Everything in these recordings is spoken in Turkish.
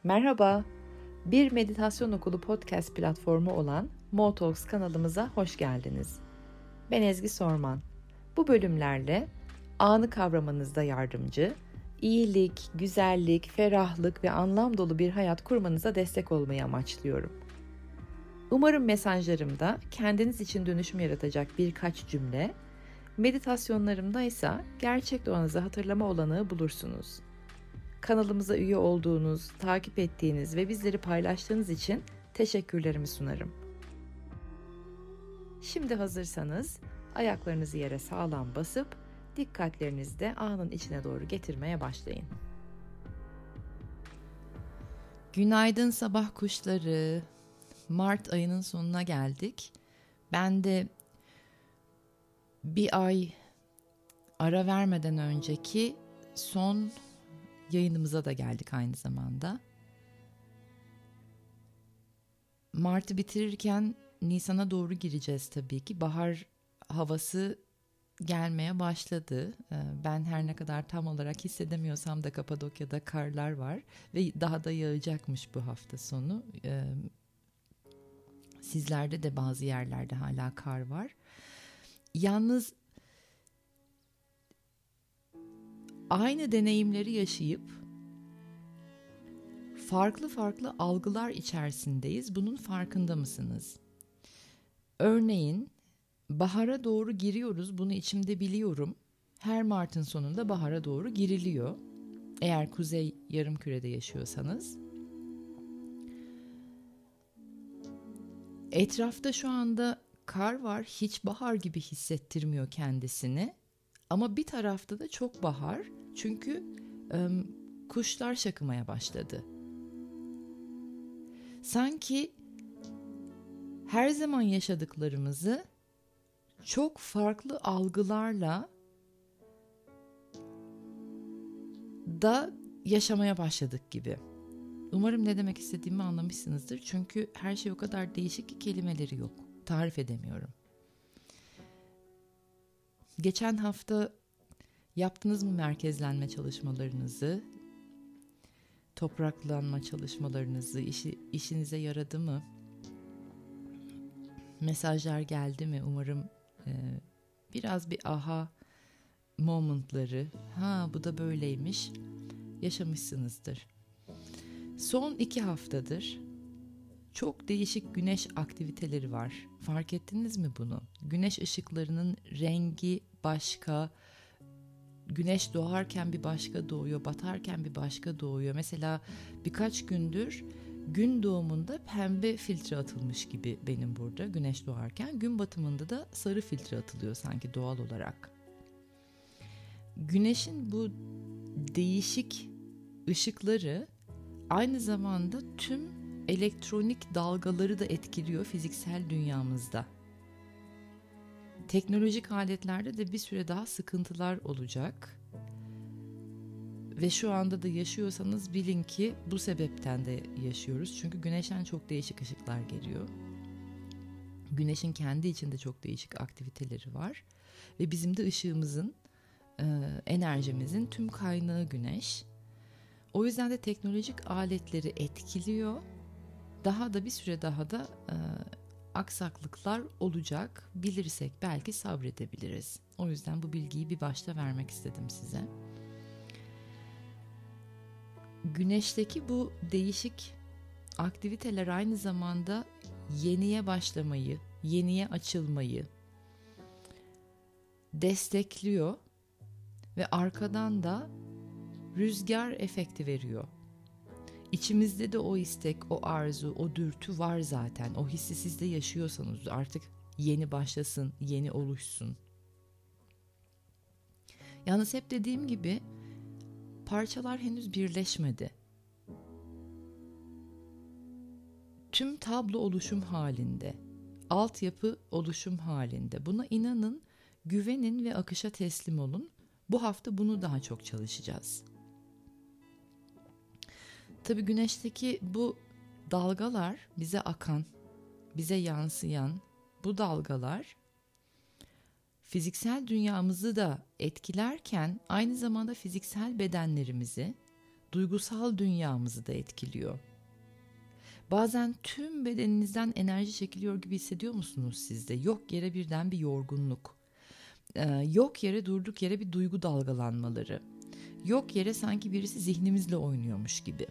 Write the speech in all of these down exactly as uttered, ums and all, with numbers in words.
Merhaba, bir meditasyon okulu podcast platformu olan Motalks kanalımıza hoş geldiniz. Ben Ezgi Sorman. Bu bölümlerle anı kavramanızda yardımcı, iyilik, güzellik, ferahlık ve anlam dolu bir hayat kurmanıza destek olmayı amaçlıyorum. Umarım mesajlarımda kendiniz için dönüşüm yaratacak birkaç cümle, meditasyonlarımda ise gerçek doğanızı hatırlama olanağı bulursunuz. Kanalımıza üye olduğunuz, takip ettiğiniz ve bizleri paylaştığınız için teşekkürlerimi sunarım. Şimdi hazırsanız ayaklarınızı yere sağlam basıp dikkatlerinizi de anın içine doğru getirmeye başlayın. Günaydın sabah kuşları. Mart ayının sonuna geldik. Ben de bir ay ara vermeden önceki son yayınımıza da geldik aynı zamanda. Mart'ı bitirirken Nisan'a doğru gireceğiz tabii ki. Bahar havası gelmeye başladı. Ben her ne kadar tam olarak hissedemiyorsam da Kapadokya'da karlar var ve daha da yağacakmış bu hafta sonu. Sizlerde de bazı yerlerde hala kar var. Yalnız aynı deneyimleri yaşayıp farklı farklı algılar içerisindeyiz. Bunun farkında mısınız? Örneğin bahara doğru giriyoruz. Bunu içimde biliyorum. Her Mart'ın sonunda bahara doğru giriliyor. Eğer kuzey yarımkürede yaşıyorsanız. Etrafta şu anda kar var. Hiç bahar gibi hissettirmiyor kendisini. Ama bir tarafta da çok bahar. Çünkü ım, kuşlar şakımaya başladı. Sanki her zaman yaşadıklarımızı çok farklı algılarla da yaşamaya başladık gibi. Umarım ne demek istediğimi anlamışsınızdır. Çünkü her şey o kadar değişik ki kelimeleri yok. Tarif edemiyorum. Geçen hafta yaptınız mı merkezlenme çalışmalarınızı? Topraklanma çalışmalarınızı, işi, işinize yaradı mı? Mesajlar geldi mi? Umarım e, biraz bir aha momentları, ha bu da böyleymiş, yaşamışsınızdır. Son iki haftadır çok değişik güneş aktiviteleri var. Fark ettiniz mi bunu? Güneş ışıklarının rengi başka, güneş doğarken bir başka doğuyor, batarken bir başka doğuyor. Mesela birkaç gündür gün doğumunda pembe filtre atılmış gibi benim burada güneş doğarken. Gün batımında da sarı filtre atılıyor sanki doğal olarak. Güneşin bu değişik ışıkları aynı zamanda tüm elektronik dalgaları da etkiliyor fiziksel dünyamızda. Teknolojik aletlerde de bir süre daha sıkıntılar olacak. Ve şu anda da yaşıyorsanız bilin ki bu sebepten de yaşıyoruz. Çünkü güneşten çok değişik ışıklar geliyor. Güneşin kendi içinde çok değişik aktiviteleri var. Ve bizim de ışığımızın, enerjimizin tüm kaynağı güneş. O yüzden de teknolojik aletleri etkiliyor. Daha da bir süre daha da aksaklıklar olacak. Bilirsek belki sabredebiliriz. O yüzden bu bilgiyi bir başta vermek istedim size. Güneşteki bu değişik aktiviteler aynı zamanda yeniye başlamayı, yeniye açılmayı destekliyor ve arkadan da rüzgar efekti veriyor. İçimizde de o istek, o arzu, o dürtü var zaten. O hissi sizde yaşıyorsanız artık yeni başlasın, yeni oluşsun. Yalnız hep dediğim gibi parçalar henüz birleşmedi. Tüm tablo oluşum halinde, altyapı oluşum halinde. Buna inanın, güvenin ve akışa teslim olun. Bu hafta bunu daha çok çalışacağız. Tabii güneşteki bu dalgalar bize akan, bize yansıyan bu dalgalar fiziksel dünyamızı da etkilerken aynı zamanda fiziksel bedenlerimizi, duygusal dünyamızı da etkiliyor. Bazen tüm bedeninizden enerji çekiliyor gibi hissediyor musunuz siz de? Yok yere birden bir yorgunluk. Ee, yok yere durduk yere bir duygu dalgalanmaları. Yok yere sanki birisi zihnimizle oynuyormuş gibi.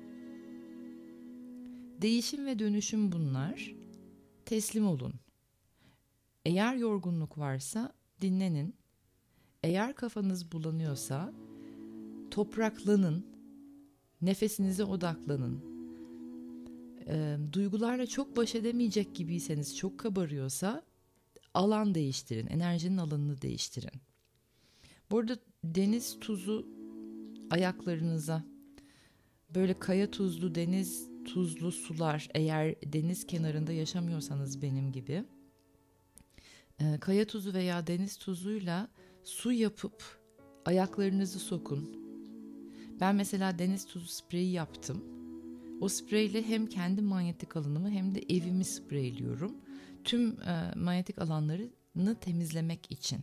Değişim ve dönüşüm bunlar. Teslim olun. Eğer yorgunluk varsa dinlenin. Eğer kafanız bulanıyorsa topraklanın. Nefesinize odaklanın. E, duygularla çok baş edemeyecek gibiyseniz, çok kabarıyorsa alan değiştirin. Enerjinin alanını değiştirin. Bu arada deniz tuzu ayaklarınıza, böyle kaya tuzlu, deniz tuzlu sular, eğer deniz kenarında yaşamıyorsanız benim gibi, e, kaya tuzu veya deniz tuzuyla su yapıp ayaklarınızı sokun. Ben mesela deniz tuzu spreyi yaptım. O spreyle hem kendi manyetik alanımı hem de evimi spreyliyorum. Tüm e, manyetik alanlarını temizlemek için.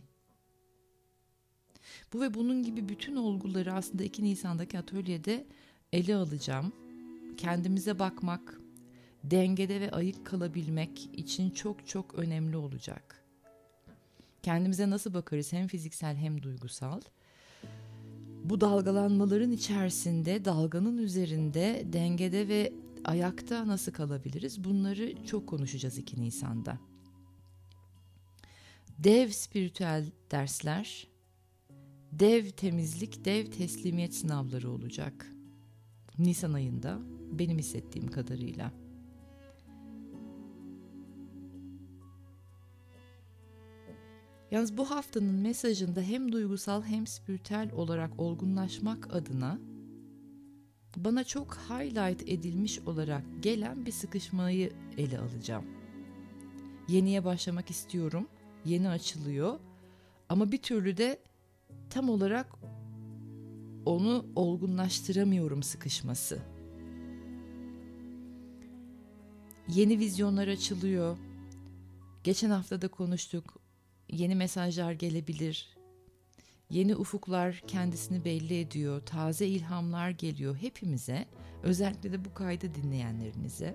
Bu ve bunun gibi bütün olguları aslında iki Nisan'daki atölyede ele alacağım. Kendimize bakmak, dengede ve ayık kalabilmek için çok çok önemli olacak. Kendimize nasıl bakarız, hem fiziksel hem duygusal. Bu dalgalanmaların içerisinde, dalganın üzerinde, dengede ve ayakta nasıl kalabiliriz? Bunları çok konuşacağız iki Nisan'da. Dev spiritüel dersler, dev temizlik, dev teslimiyet sınavları olacak. Nisan ayında benim hissettiğim kadarıyla. Yalnız bu haftanın mesajında hem duygusal hem spiritüel olarak olgunlaşmak adına bana çok highlight edilmiş olarak gelen bir sıkışmayı ele alacağım. Yeniye başlamak istiyorum, yeni açılıyor ama bir türlü de tam olarak onu olgunlaştıramıyorum sıkışması. Yeni vizyonlar açılıyor. Geçen hafta da konuştuk. Yeni mesajlar gelebilir. Yeni ufuklar kendisini belli ediyor. Taze ilhamlar geliyor hepimize. Özellikle de bu kaydı dinleyenlerinize.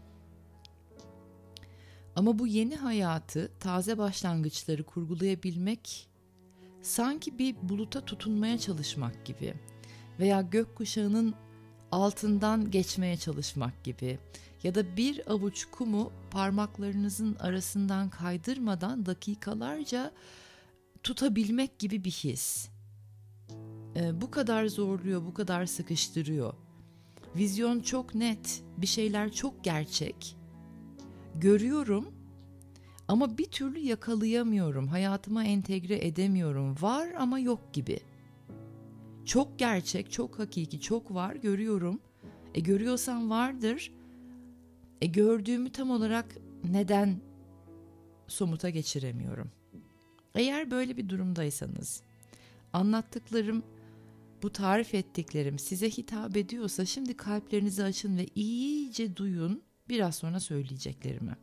Ama bu yeni hayatı, taze başlangıçları kurgulayabilmek sanki bir buluta tutunmaya çalışmak gibi veya gökkuşağının altından geçmeye çalışmak gibi ya da bir avuç kumu parmaklarınızın arasından kaydırmadan dakikalarca tutabilmek gibi bir his. Ee, bu kadar zorluyor, bu kadar sıkıştırıyor. Vizyon çok net, bir şeyler çok gerçek. Görüyorum ama bir türlü yakalayamıyorum, hayatıma entegre edemiyorum. Var ama yok gibi. Çok gerçek, çok hakiki, çok var, görüyorum. E görüyorsam vardır. E gördüğümü tam olarak neden somuta geçiremiyorum? Eğer böyle bir durumdaysanız, anlattıklarım, bu tarif ettiklerim size hitap ediyorsa şimdi kalplerinizi açın ve iyice duyun biraz sonra söyleyeceklerimi.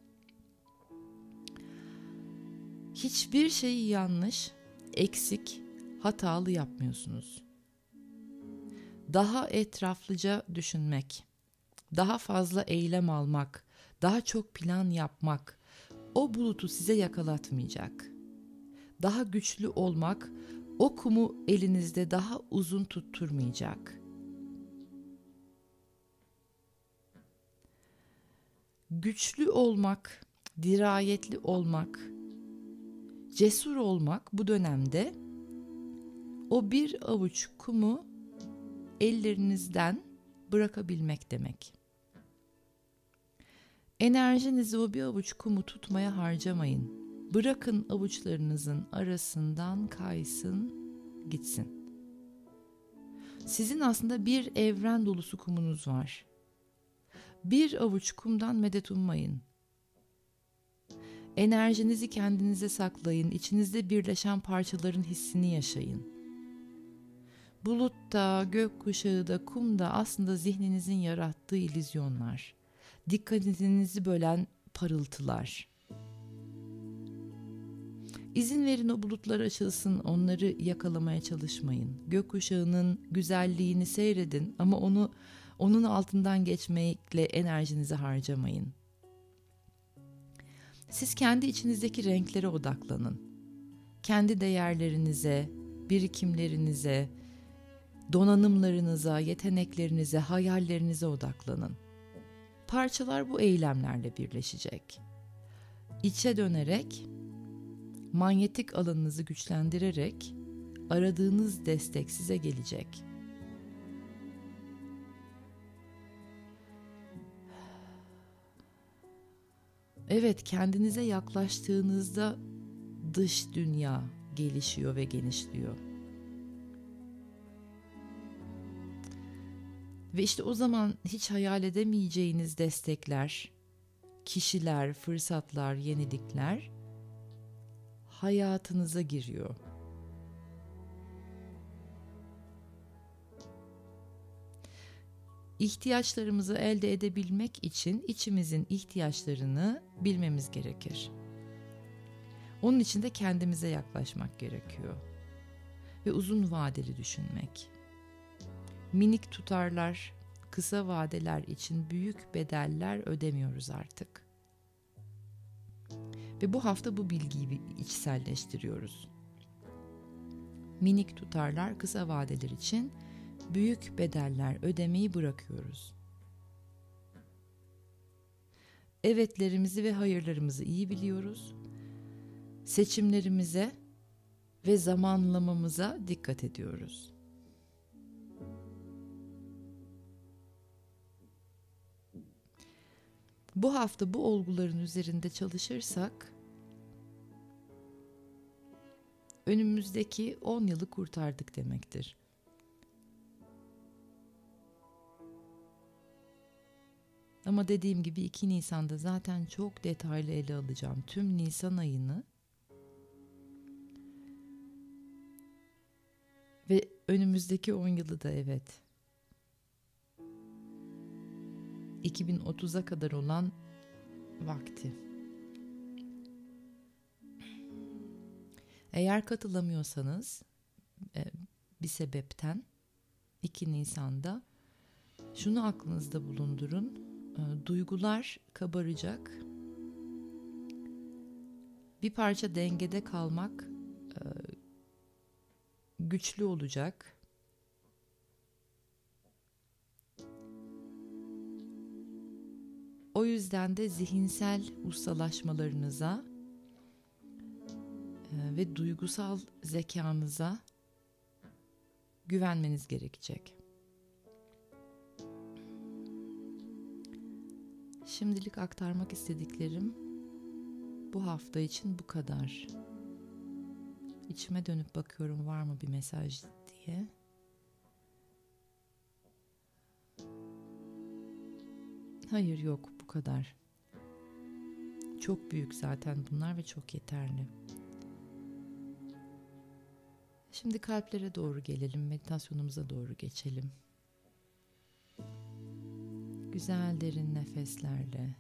Hiçbir şeyi yanlış, eksik, hatalı yapmıyorsunuz. Daha etraflıca düşünmek, daha fazla eylem almak, daha çok plan yapmak o bulutu size yakalatmayacak. Daha güçlü olmak o kumu elinizde daha uzun tutturmayacak. Güçlü olmak, dirayetli olmak, cesur olmak bu dönemde o bir avuç kumu ellerinizden bırakabilmek demek. Enerjinizi o bir avuç kumu tutmaya harcamayın. Bırakın avuçlarınızın arasından kaysın, gitsin. Sizin aslında bir evren dolusu kumunuz var. Bir avuç kumdan medet ummayın. Enerjinizi kendinize saklayın, içinizde birleşen parçaların hissini yaşayın. Bulutta, gökkuşağı da, kum da aslında zihninizin yarattığı illüzyonlar. Dikkatinizi bölen parıltılar. İzin verin o bulutlar açılsın, onları yakalamaya çalışmayın. Gökkuşağının güzelliğini seyredin ama onu onun altından geçmekle enerjinizi harcamayın. Siz kendi içinizdeki renklere odaklanın. Kendi değerlerinize, birikimlerinize, donanımlarınıza, yeteneklerinize, hayallerinize odaklanın. Parçalar bu eylemlerle birleşecek. İçe dönerek, manyetik alanınızı güçlendirerek aradığınız destek size gelecek. Evet, kendinize yaklaştığınızda dış dünya gelişiyor ve genişliyor. Ve işte o zaman hiç hayal edemeyeceğiniz destekler, kişiler, fırsatlar, yenilikler hayatınıza giriyor. İhtiyaçlarımızı elde edebilmek için içimizin ihtiyaçlarını bilmemiz gerekir. Onun için de kendimize yaklaşmak gerekiyor. Ve uzun vadeli düşünmek. Minik tutarlar, kısa vadeler için büyük bedeller ödemiyoruz artık. Ve bu hafta bu bilgiyi içselleştiriyoruz. Minik tutarlar, kısa vadeler için büyük bedeller ödemeyi bırakıyoruz. Evetlerimizi ve hayırlarımızı iyi biliyoruz. Seçimlerimize ve zamanlamamıza dikkat ediyoruz. Bu hafta bu olguların üzerinde çalışırsak önümüzdeki on yılı kurtardık demektir. Ama dediğim gibi iki Nisan'da zaten çok detaylı ele alacağım tüm Nisan ayını ve önümüzdeki on yılı da evet. iki bin otuza kadar olan vakti. Eğer katılamıyorsanız bir sebepten iki Nisan'da şunu aklınızda bulundurun. Duygular kabaracak. Bir parça dengede kalmak güçlü olacak. O yüzden de zihinsel ustalaşmalarınıza ve duygusal zekanıza güvenmeniz gerekecek. Şimdilik aktarmak istediklerim bu hafta için bu kadar. İçime dönüp bakıyorum var mı bir mesaj diye. Hayır, yok, bu kadar. Çok büyük zaten bunlar ve çok yeterli. Şimdi kalplere doğru gelelim, meditasyonumuza doğru geçelim. Güzel derin nefeslerle.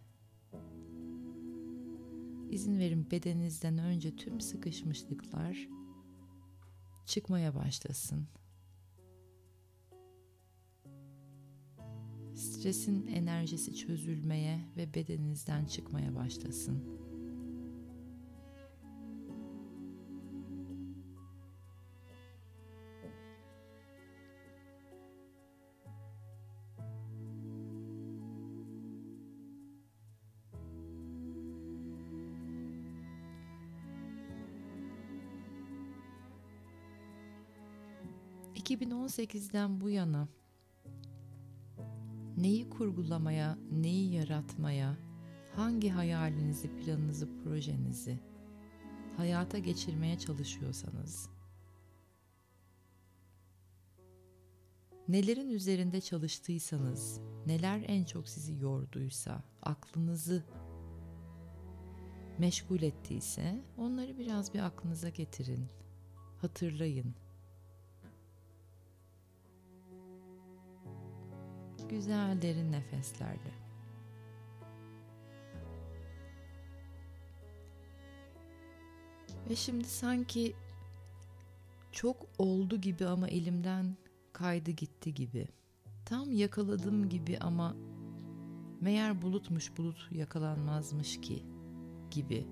İzin verin bedeninizden önce tüm sıkışmışlıklar çıkmaya başlasın. Stresin enerjisi çözülmeye ve bedeninizden çıkmaya başlasın. iki bin on sekizden bu yana neyi kurgulamaya, neyi yaratmaya, hangi hayalinizi, planınızı, projenizi hayata geçirmeye çalışıyorsanız, nelerin üzerinde çalıştıysanız, neler en çok sizi yorduysa, aklınızı meşgul ettiyse onları biraz bir aklınıza getirin, hatırlayın. Güzel derin nefeslerle. Ve şimdi sanki çok oldu gibi ama elimden kaydı gitti gibi. Tam yakaladım gibi ama meğer bulutmuş, bulut yakalanmazmış ki gibi.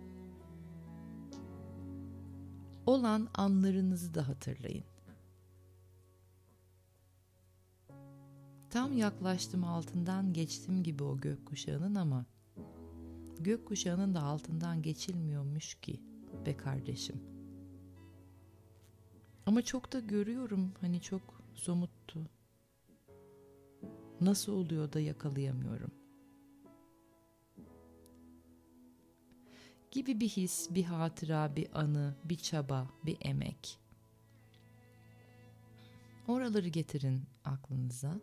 Olan anlarınızı da hatırlayın. Tam yaklaştım, altından geçtim gibi o gökkuşağının ama gökkuşağının da altından geçilmiyormuş ki be kardeşim. Ama çok da görüyorum, hani çok somuttu. Nasıl oluyor da yakalayamıyorum? Gibi bir his, bir hatıra, bir anı, bir çaba, bir emek. Oraları getirin aklınıza.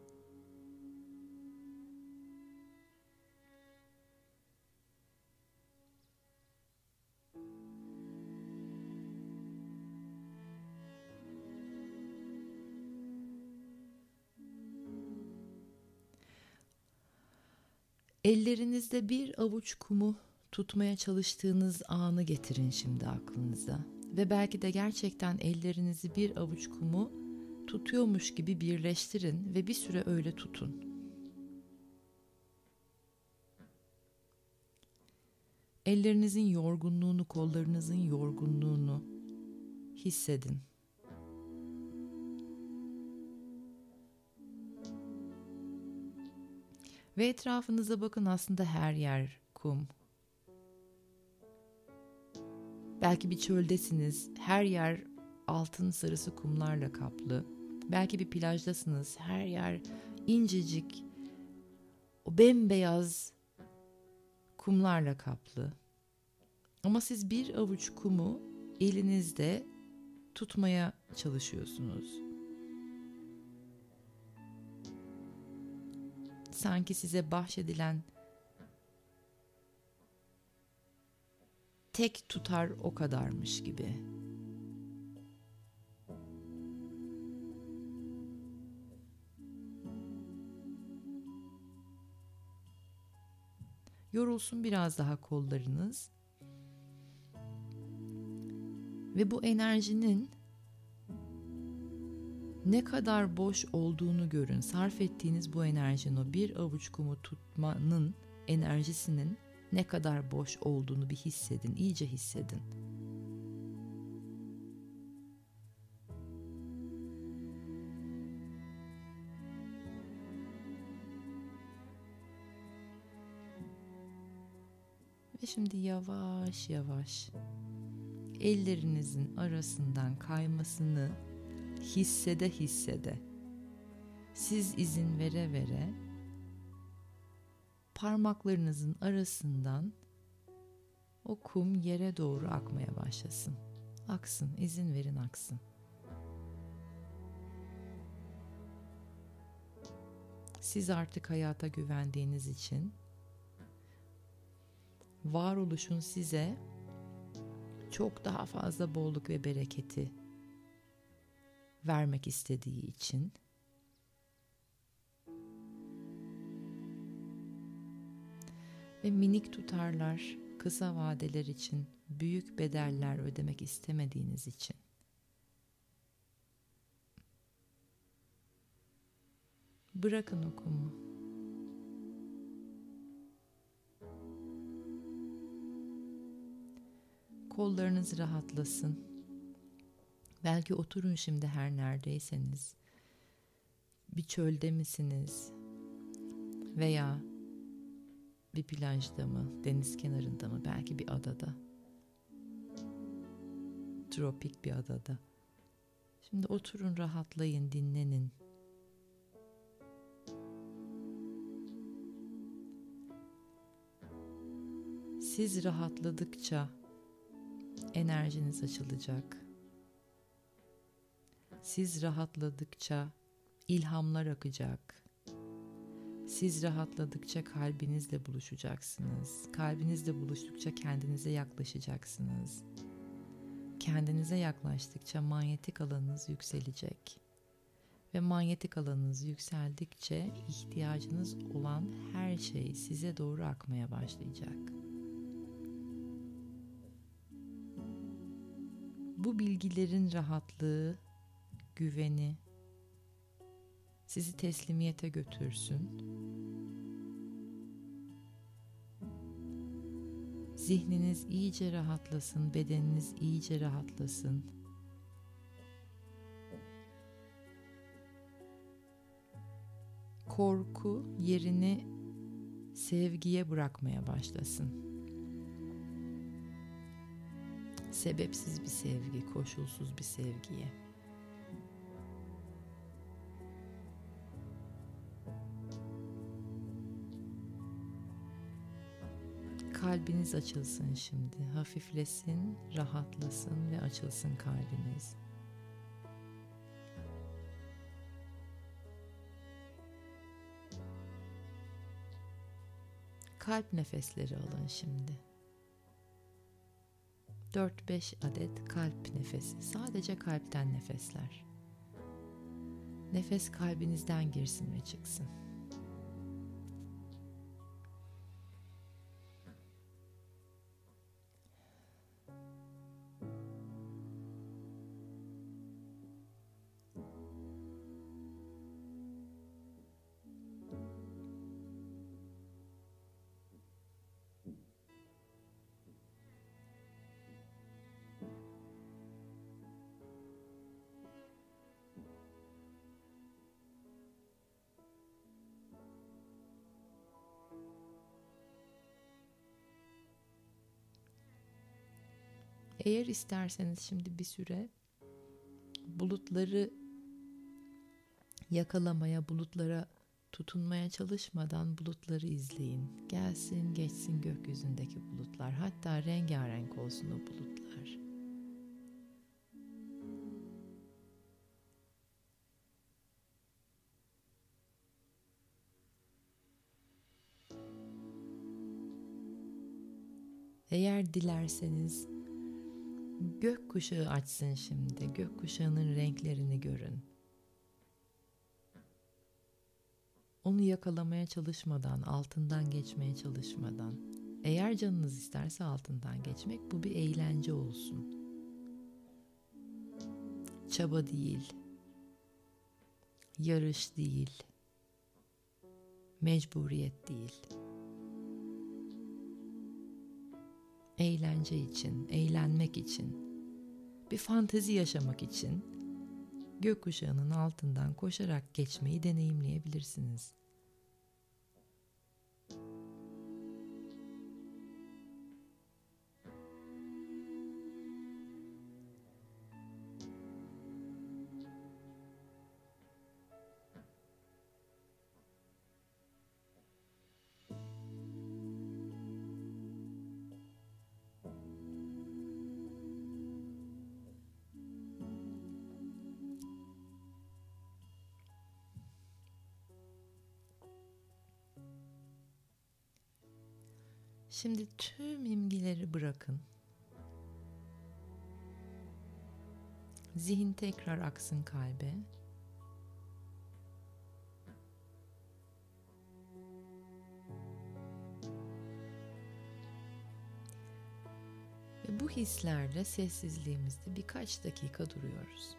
Ellerinizde bir avuç kumu tutmaya çalıştığınız anı getirin şimdi aklınıza. Ve belki de gerçekten ellerinizi bir avuç kumu tutuyormuş gibi birleştirin ve bir süre öyle tutun. Ellerinizin yorgunluğunu, kollarınızın yorgunluğunu hissedin. Ve etrafınıza bakın, aslında her yer kum. Belki bir çöldesiniz, her yer altın sarısı kumlarla kaplı. Belki bir plajdasınız, her yer incecik, o bembeyaz kumlarla kaplı. Ama siz bir avuç kumu elinizde tutmaya çalışıyorsunuz. Sanki size bahşedilen tek tutar o kadarmış gibi. Yorulsun biraz daha kollarınız. Ve bu enerjinin ne kadar boş olduğunu görün. Sarf ettiğiniz bu enerjinin, o bir avuç kumu tutmanın enerjisinin ne kadar boş olduğunu bir hissedin, iyice hissedin. Ve şimdi yavaş yavaş ellerinizin arasından kaymasını hissede hissede, siz izin vere vere parmaklarınızın arasından o kum yere doğru akmaya başlasın. Aksın, izin verin aksın. Siz artık hayata güvendiğiniz için, varoluşun size çok daha fazla bolluk ve bereketi vermek istediği için ve minik tutarlar, kısa vadeler için büyük bedeller ödemek istemediğiniz için bırakın o kumu. Kollarınız rahatlasın. Belki oturun şimdi her neredeyseniz. Bir çölde misiniz? Veya bir plajda mı, deniz kenarında mı, belki bir adada. Tropik bir adada. Şimdi oturun, rahatlayın, dinlenin. Siz rahatladıkça enerjiniz açılacak. Siz rahatladıkça ilhamlar akacak. Siz rahatladıkça kalbinizle buluşacaksınız. Kalbinizle buluştukça kendinize yaklaşacaksınız. Kendinize yaklaştıkça manyetik alanınız yükselecek. Ve manyetik alanınız yükseldikçe ihtiyacınız olan her şey size doğru akmaya başlayacak. Bu bilgilerin rahatlığı, güveni sizi teslimiyete götürsün. Zihniniz iyice rahatlasın, bedeniniz iyice rahatlasın. Korku yerini sevgiye bırakmaya başlasın. Sebepsiz bir sevgi, koşulsuz bir sevgiye. Kalbiniz açılsın şimdi. Hafiflesin, rahatlasın ve açılsın kalbiniz. Kalp nefesleri alın şimdi. dört beş adet kalp nefesi. Sadece kalpten nefesler. Nefes kalbinizden girsin ve çıksın. Eğer isterseniz şimdi bir süre bulutları yakalamaya, bulutlara tutunmaya çalışmadan bulutları izleyin. Gelsin geçsin gökyüzündeki bulutlar. Hatta rengarenk olsun o bulutlar. Eğer dilerseniz gökkuşağı açsın şimdi. Gökkuşağının renklerini görün. Onu yakalamaya çalışmadan, altından geçmeye çalışmadan. Eğer canınız isterse altından geçmek, bu bir eğlence olsun. Çaba değil, yarış değil, mecburiyet değil. Eğlence için, eğlenmek için, bir fantezi yaşamak için gökkuşağının altından koşarak geçmeyi deneyimleyebilirsiniz. Şimdi tüm imgeleri bırakın. Zihin tekrar aksın kalbe. Ve bu hislerle sessizliğimizde birkaç dakika duruyoruz.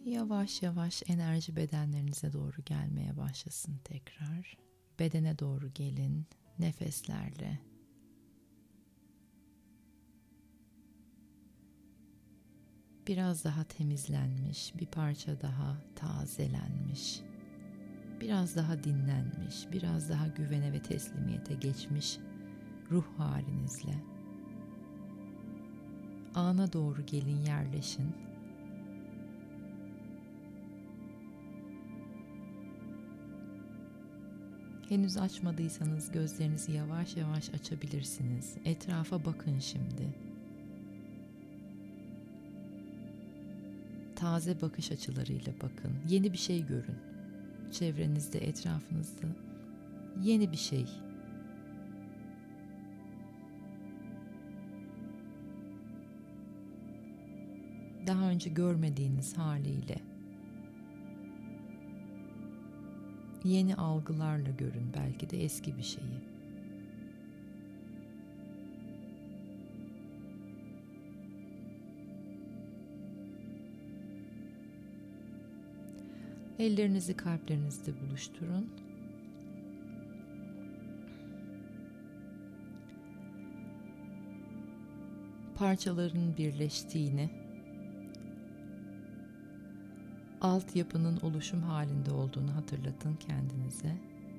Yavaş yavaş enerji bedenlerinize doğru gelmeye başlasın tekrar. Bedene doğru gelin nefeslerle. Biraz daha temizlenmiş, bir parça daha tazelenmiş, biraz daha dinlenmiş, biraz daha güvene ve teslimiyete geçmiş ruh halinizle ana doğru gelin, yerleşin. Henüz açmadıysanız gözlerinizi yavaş yavaş açabilirsiniz. Etrafa bakın şimdi. Taze bakış açılarıyla bakın. Yeni bir şey görün. Çevrenizde, etrafınızda yeni bir şey. Daha önce görmediğiniz haliyle. Yeni algılarla görün, belki de eski bir şeyi. Ellerinizi kalplerinizde buluşturun. Parçaların birleştiğini, altyapının oluşum halinde olduğunu hatırlatın kendinize.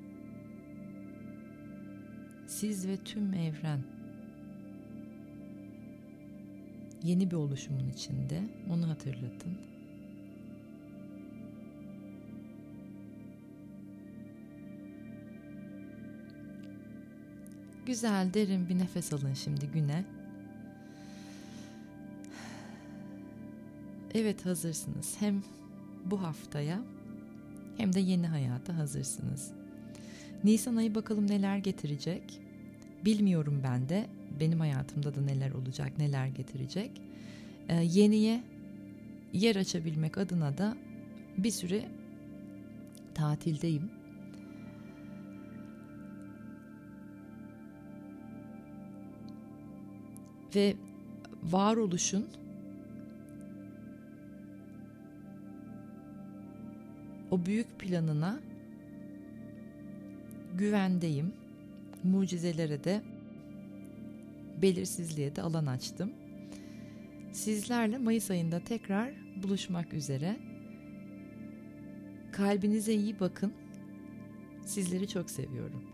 Siz ve tüm evren yeni bir oluşumun içinde, onu hatırlatın. Güzel, derin bir nefes alın şimdi güne. Evet, hazırsınız. Hem bu haftaya hem de yeni hayata hazırsınız. Nisan ayı bakalım neler getirecek. Bilmiyorum ben de. Benim hayatımda da neler olacak, neler getirecek. Ee, yeniye yer açabilmek adına da bir süre tatildeyim. Ve varoluşun o büyük planına güvendeyim. Mucizelere de, belirsizliğe de alan açtım. Sizlerle Mayıs ayında tekrar buluşmak üzere. Kalbinize iyi bakın. Sizleri çok seviyorum.